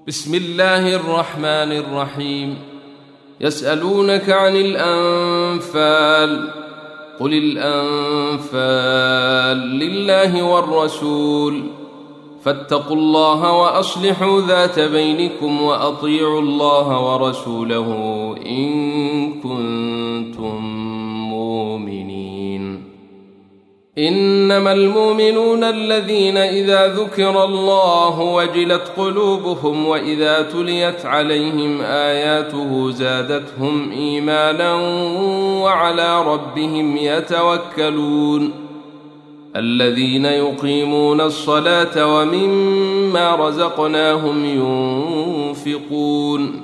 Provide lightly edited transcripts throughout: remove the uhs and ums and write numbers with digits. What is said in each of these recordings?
بسم الله الرحمن الرحيم. يسألونك عن الأنفال، قل الأنفال لله والرسول، فاتقوا الله وأصلحوا ذات بينكم وأطيعوا الله ورسوله إن كنتم مؤمنين. إنما المؤمنون الذين إذا ذكر الله وجلت قلوبهم وإذا تليت عليهم آياته زادتهم إيمانا وعلى ربهم يتوكلون. الذين يقيمون الصلاة ومما رزقناهم ينفقون،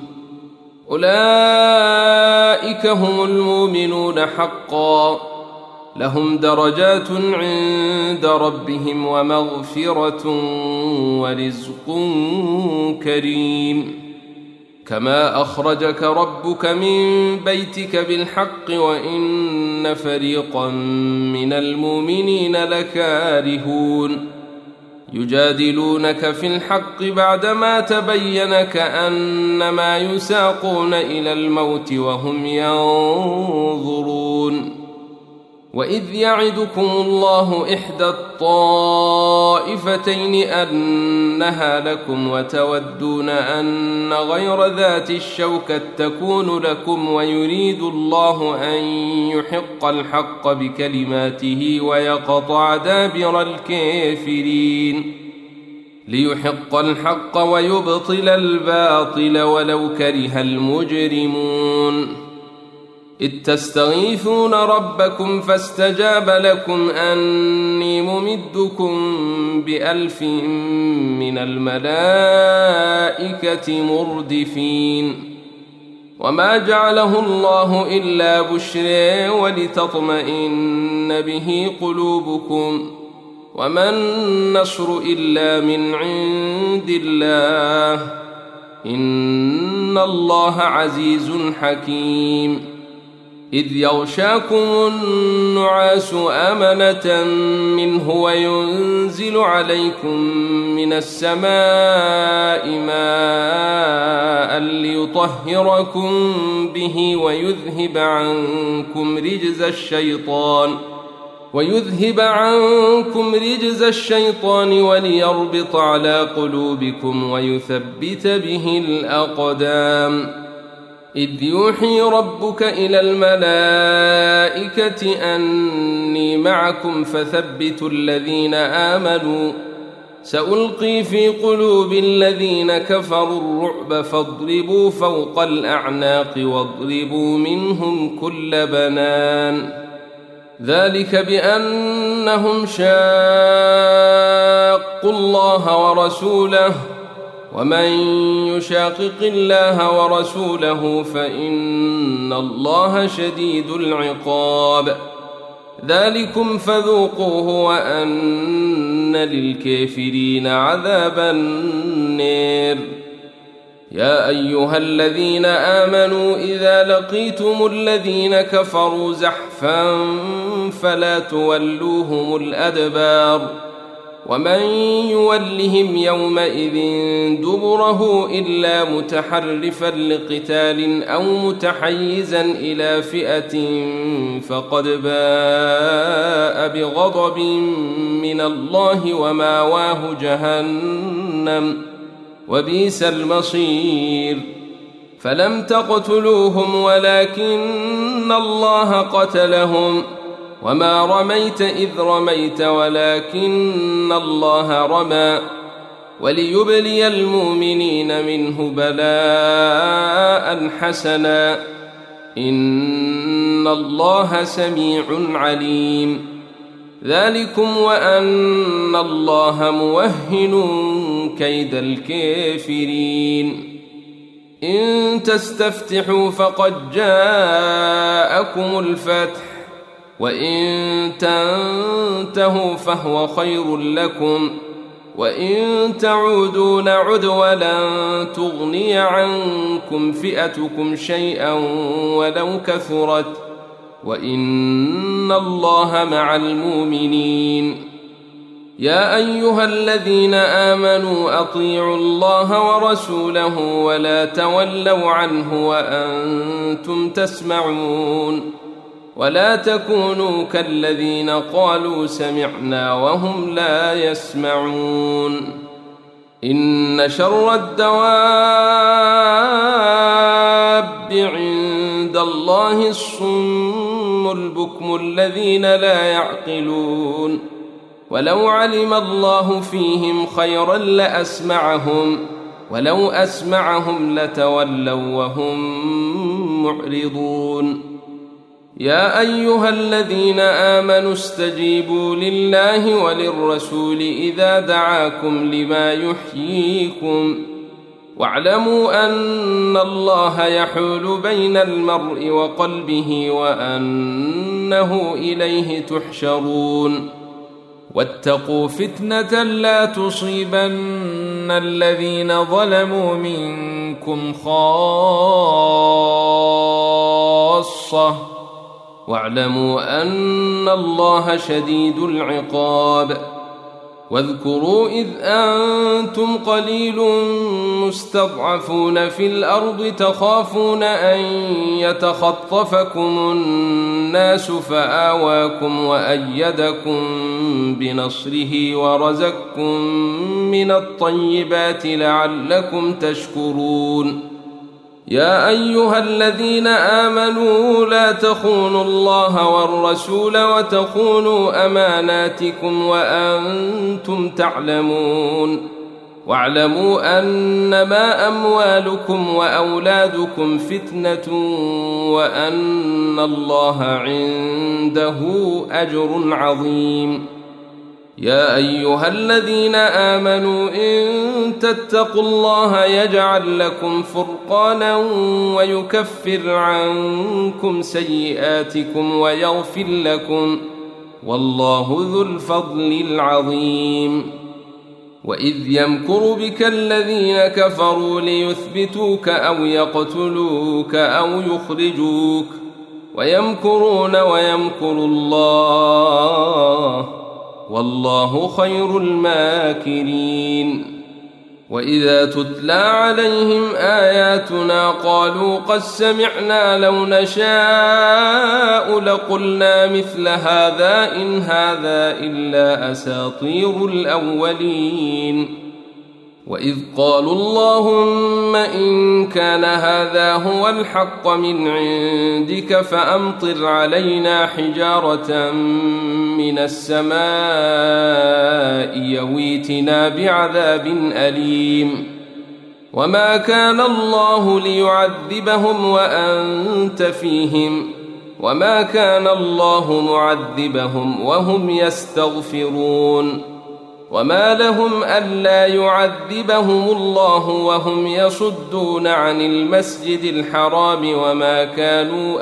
أولئك هم المؤمنون حقا، لهم درجات عند ربهم ومغفرة ورزق كريم. كما أخرجك ربك من بيتك بالحق وإن فريقا من المؤمنين لكارهون. يجادلونك في الحق بعدما تبين كأنما يساقون إلى الموت وهم ينظرون. وإذ يعدكم الله إحدى الطائفتين أنها لكم وتودون أن غير ذات الشوكة تكون لكم ويريد الله أن يحق الحق بكلماته ويقطع دابر الكافرين، ليحق الحق ويبطل الباطل ولو كره المجرمون. إذ تستغيثون ربكم فاستجاب لكم أني ممدكم ب1000 من الملائكة مردفين. وما جعله الله إلا بشرى ولتطمئن به قلوبكم، وما النصر إلا من عند الله، إن الله عزيز حكيم. إذ يغشاكم النعاس أمنة منه وينزل عليكم من السماء ماء ليطهركم به ويذهب عنكم رجز الشيطان وليربط على قلوبكم ويثبت به الأقدام. إذ يوحي ربك إلى الملائكة أني معكم فثبتوا الذين آمنوا، سألقي في قلوب الذين كفروا الرعب فاضربوا فوق الأعناق واضربوا منهم كل بنان. ذلك بأنهم شاقوا الله ورسوله، ومن يشاقق الله ورسوله فإن الله شديد العقاب. ذلكم فذوقوه وأن للكافرين عذاب النار. يا أيها الذين آمنوا إذا لقيتم الذين كفروا زحفا فلا تولوهم الأدبار، ومن يولهم يومئذ دبره إلا متحرفا لقتال أو متحيزا إلى فئة فقد باء بغضب من الله وماواه جهنم وبئس المصير. فلم تقتلوهم ولكن الله قتلهم، وما رميت إذ رميت ولكن الله رمى، وليبلي المؤمنين منه بلاء حسنا، إن الله سميع عليم. ذلكم وأن الله موهن كيد الكافرين. إن تستفتحوا فقد جاءكم الفتح، وإن تنتهوا فهو خير لكم، وإن تعودوا نعد ولن تغني عنكم فئتكم شيئا ولو كثرت، وإن الله مع المؤمنين. يا أيها الذين آمنوا أطيعوا الله ورسوله ولا تولوا عنه وأنتم تسمعون ولا تكونوا كالذين قالوا سمعنا وهم لا يسمعون إن شر الدواب عند الله الصم البكم الذين لا يعقلون ولو علم الله فيهم خيرا لأسمعهم ولو أسمعهم لتولوا وهم معرضون يا أيها الذين آمنوا استجيبوا لله وللرسول إذا دعاكم لما يحييكم واعلموا أن الله يحول بين المرء وقلبه وأنه إليه تحشرون واتقوا فتنة لا تصيبن الذين ظلموا منكم خاصة واعلموا أن الله شديد العقاب واذكروا إذ أنتم قليل مستضعفون في الأرض تخافون أن يتخطفكم الناس فآواكم وأيدكم بنصره ورزقكم من الطيبات لعلكم تشكرون يا أيها الذين آمنوا لا تخونوا الله والرسول وتخونوا أماناتكم وأنتم تعلمون واعلموا أنما أموالكم وأولادكم فتنة وأن الله عنده أجر عظيم يا أيها الذين آمنوا إن تتقوا الله يجعل لكم فرقانا ويكفر عنكم سيئاتكم ويغفر لكم والله ذو الفضل العظيم وإذ يمكر بك الذين كفروا ليثبتوك أو يقتلوك أو يخرجوك ويمكرون ويمكر الله والله خير الماكرين وإذا تتلى عليهم آياتنا قالوا قد سمعنا لو نشاء لقلنا مثل هذا إن هذا إلا أساطير الأولين وإذ قالوا اللهم إن كان هذا هو الحق من عندك فأمطر علينا حجارة من السماء يويتنا بعذاب أليم وما كان الله ليعذبهم وأنت فيهم وما كان الله معذبهم وهم يستغفرون وما لهم ألا يعذبهم الله وهم يصدون عن المسجد الحرام وما كانوا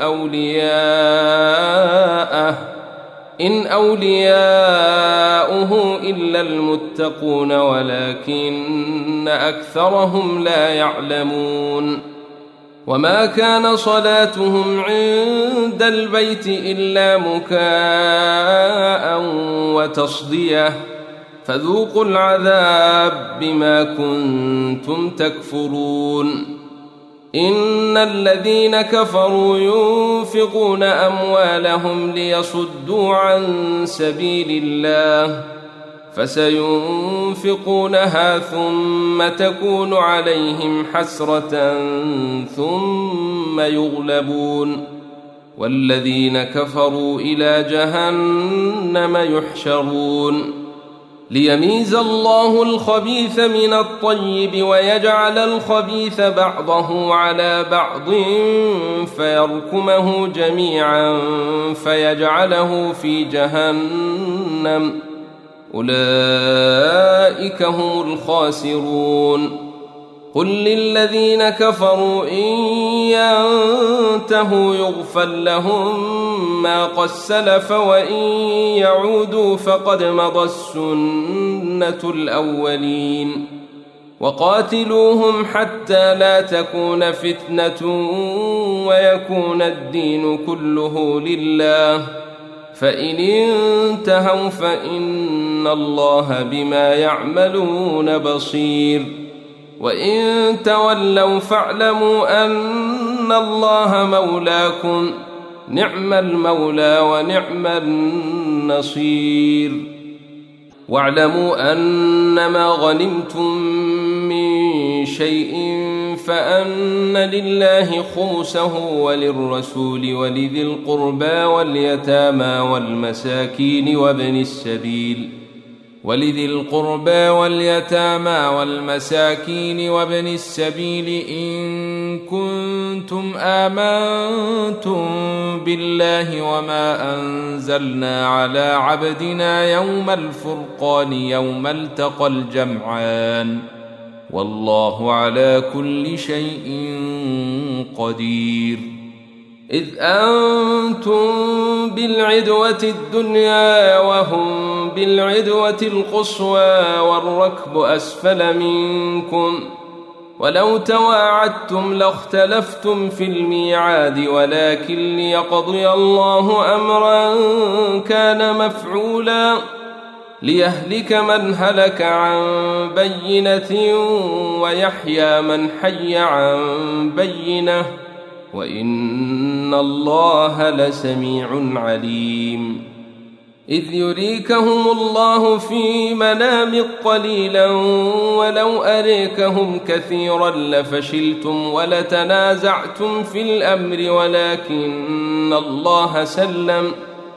أولياءه إن أولياؤه إلا المتقون ولكن أكثرهم لا يعلمون وما كان صلاتهم عند البيت إلا مكاء وتصدية فذوقوا العذاب بما كنتم تكفرون إن الذين كفروا ينفقون أموالهم ليصدوا عن سبيل الله فسينفقونها ثم تكون عليهم حسرة ثم يغلبون والذين كفروا إلى جهنم يحشرون ليميز الله الخبيث من الطيب ويجعل الخبيث بعضه على بعض فيركمه جميعا فيجعله في جهنم أولئك هم الخاسرون قل للذين كفروا إن ينتهوا يغفر لهم ما قد سلف وإن يعودوا فقد مضى السنة الأولين وقاتلوهم حتى لا تكون فتنة ويكون الدين كله لله فإن انتهوا فإن الله بما يعملون بصير وإن تولوا فاعلموا أن الله مولاكم نعم المولى ونعم النصير واعلموا أنما غنمتم من شيء فأن لله خمسه وللرسول ولذي القربى واليتامى والمساكين وابن السبيل إن كنتم آمنتم بالله وما أنزلنا على عبدنا يوم الفرقان يوم التقى الجمعان والله على كل شيء قدير إذ أنتم بالعدوة الدنيا وهم بالعدوة القصوى والركب أسفل منكم ولو تواعدتم لاختلفتم في الميعاد ولكن ليقضي الله أمرا كان مفعولا ليهلك من هلك عن بينة ويحيى من حي عن بينة وإن الله لسميع عليم إذ يريكهم الله في منامك قليلا ولو أريكهم كثيرا لفشلتم ولتنازعتم في الأمر ولكن الله سلم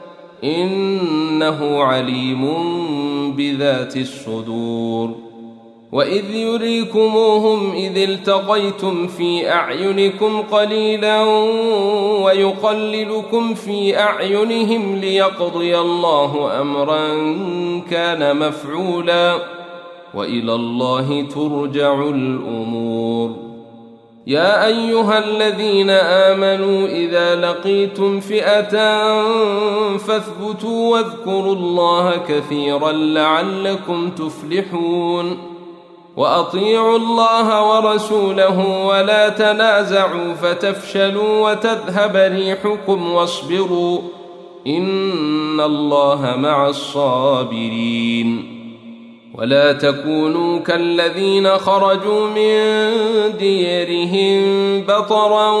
إنه عليم بذات الصدور وإذ يريكموهم إذ التقيتم في أعينكم قليلا ويقللكم في أعينهم ليقضي الله أمرا كان مفعولا وإلى الله ترجع الأمور يا أيها الذين آمنوا إذا لقيتم فئة فاثبتوا واذكروا الله كثيرا لعلكم تفلحون وأطيعوا الله ورسوله ولا تنازعوا فتفشلوا وتذهب ريحكم واصبروا إن الله مع الصابرين ولا تكونوا كالذين خرجوا من ديرهم بطرا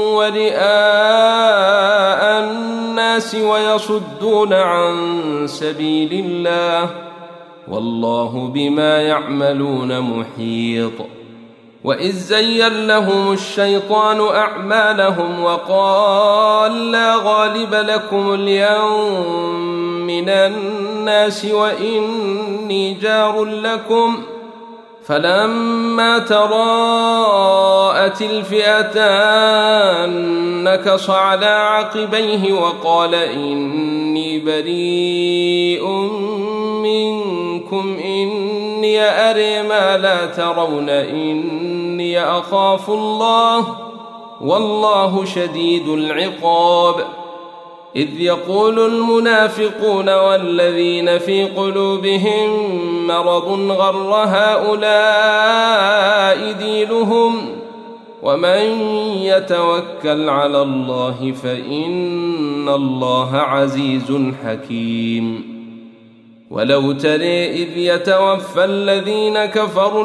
ورئاء الناس ويصدون عن سبيل الله والله بما يعملون محيط وإذ زين لهم الشيطان أعمالهم وقال لا غالب لكم اليوم من الناس وإني جار لكم فلما تراءت الفئتان نكص على عقبيه وقال إني بريء منكم إني أرى ما لا ترون إني أخاف الله والله شديد العقاب إذ يقول المنافقون والذين في قلوبهم مرض غر هؤلاء دينهم ومن يتوكل على الله فإن الله عزيز حكيم ولو ترى إذ يتوفى الذين كفروا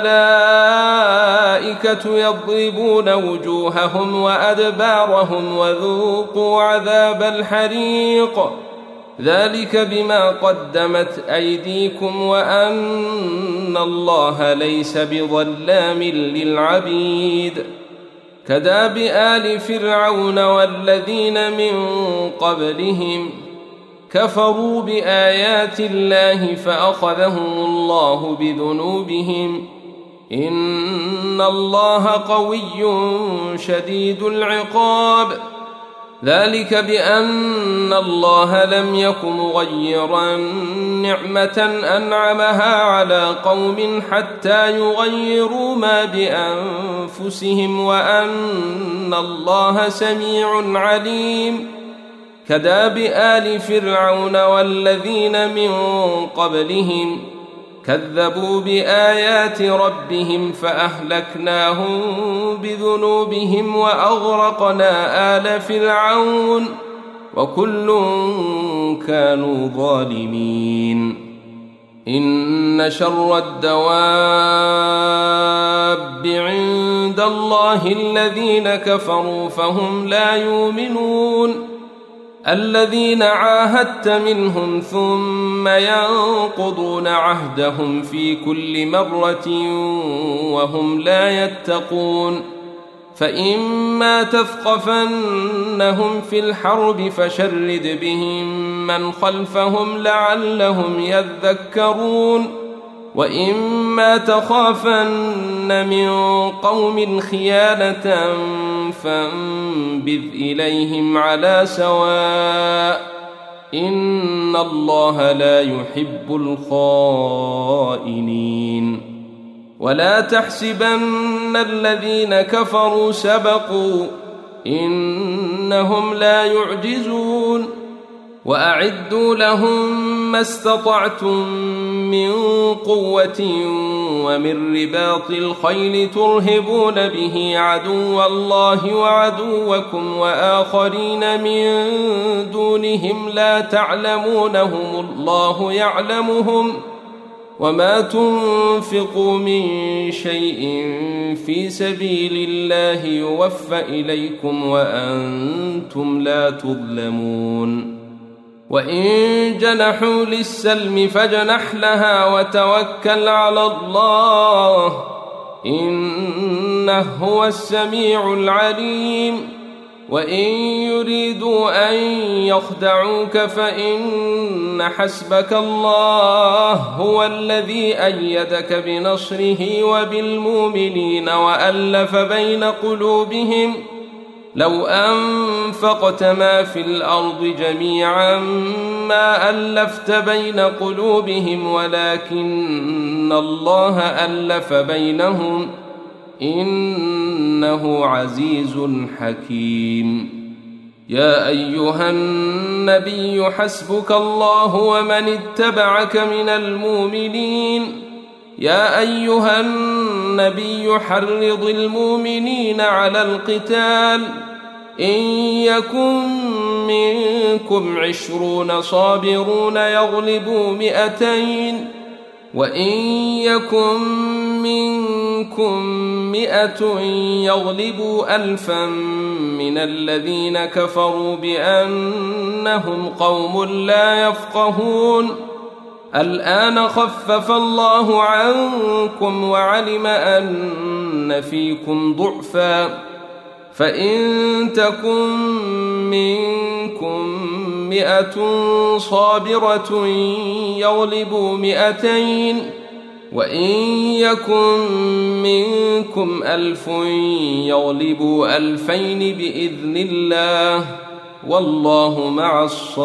الملائكة يضربون وجوههم وأدبارهم وذوقوا عذاب الحريق ذلك بما قدمت أيديكم وأن الله ليس بظلام للعبيد كداب آل فرعون والذين من قبلهم كفروا بآيات الله فأخذهم الله بذنوبهم إن الله قوي شديد العقاب ذلك بأن الله لم يك مغيرا نعمة أنعمها على قوم حتى يغيروا ما بأنفسهم وأن الله سميع عليم كداب آل فرعون والذين من قبلهم كذبوا بآيات ربهم وكل كانوا ظالمين. إن شر الدواب عند الله الذين كفروا فهم لا يؤمنون، الذين عاهدت منهم ثم ينقضون عهدهم في كل مرة وهم لا يتقون. فإما تثقفنهم في الحرب فشرد بهم من خلفهم لعلهم يذكرون، وإما تخافن من قوم خيانة فانبذ إليهم على سواء، إن الله لا يحب الخائنين. ولا تحسبن الذين كفروا سبقوا، إنهم لا يعجزون. وأعدوا لهم ما استطعتم من قوة ومن رباط الخيل ترهبون به عدو الله وعدوكم وآخرين من دونهم لا تعلمونهم الله يعلمهم، وما تنفقوا من شيء في سبيل الله يوفى إليكم وأنتم لا تظلمون. وإن جنحوا للسلم فاجنح لها وتوكل على الله، إنه هو السميع العليم. وإن يريدوا أن يخدعوك فإن حسبك الله هو الذي أيدك بنصره وبالمؤمنين وألف بين قلوبهم، لو أنفقت ما في الأرض جميعا ما ألفت بين قلوبهم ولكن الله ألف بينهم، إنه عزيز حكيم. يا أيها النبي حسبك الله ومن اتبعك من المؤمنين. يا أيها النبي حرض المؤمنين على القتال، إن يكن منكم 20 صابرون يغلبوا 200، وإن يكن منكم 100 يغلبوا 1000 من الذين كفروا بأنهم قوم لا يفقهون. الآن خفف الله عنكم وعلم أن فيكم ضعفا، فإن تكن منكم 100 صابرة يغلبوا 200، وإن يكن منكم 1000 يغلبوا 2000 بإذن الله، والله مع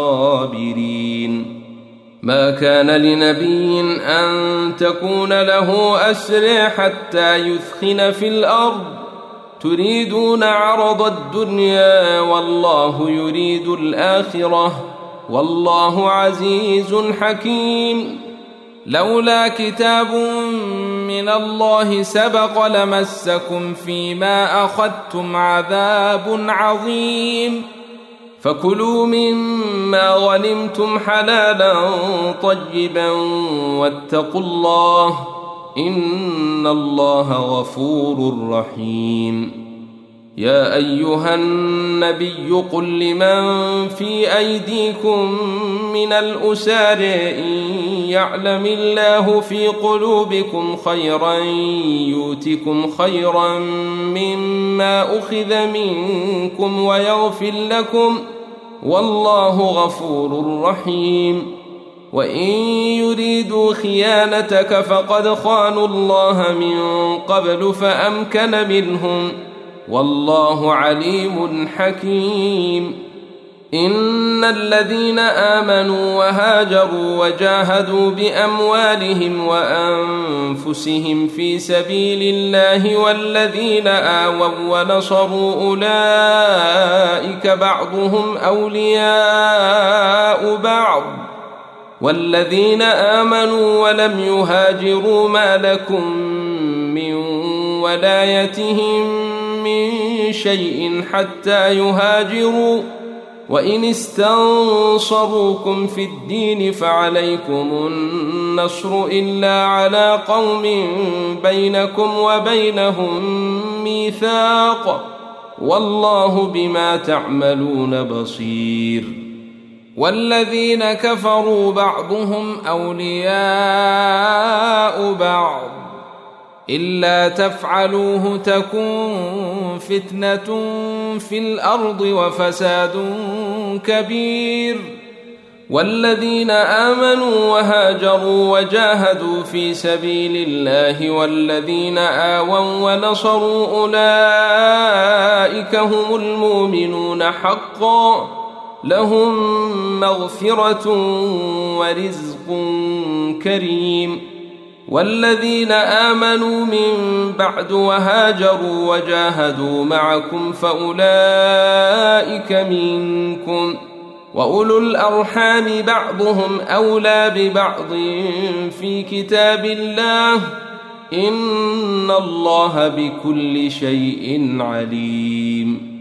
الصابرين. ما كان لنبي أن تكون له أسرى حتى يثخن في الأرض، تريدون عرض الدنيا والله يريد الآخرة، والله عزيز حكيم. لولا كتاب من الله سبق لمسكم فيما أخذتم عذاب عظيم، فكلوا مما غنمتم حلالا طيبا واتقوا الله، إن الله غفور رحيم. يا أيها النبي قل لمن في أيديكم من الأسار إن يعلم الله في قلوبكم خيرا يؤتكم خيرا مما أخذ منكم ويغفر لكم، والله غفور رحيم. وإن يريدوا خيانتك فقد خانوا الله من قبل فأمكن منهم، والله عليم حكيم. إن الذين آمنوا وهاجروا وجاهدوا بأموالهم وأنفسهم في سبيل الله والذين آووا ونصروا أولئك بعضهم أولياء بعض، والذين آمنوا ولم يهاجروا ما لكم من ولايتهم من شيء حتى يهاجروا، وإن استنصروكم في الدين فعليكم النصر إلا على قوم بينكم وبينهم ميثاق والله بما تعملون بصير والذين كفروا بعضهم أولياء بعض إلا تفعلوه تكن فتنة في الأرض وفساد كبير والذين آمنوا وهاجروا وجاهدوا في سبيل الله والذين آووا ونصروا أولئك هم المؤمنون حقا لهم مغفرة ورزق كريم والذين آمنوا من بعد وهاجروا وجاهدوا معكم فأولئك منكم وأولو الأرحام بعضهم أولى ببعض في كتاب الله إن الله بكل شيء عليم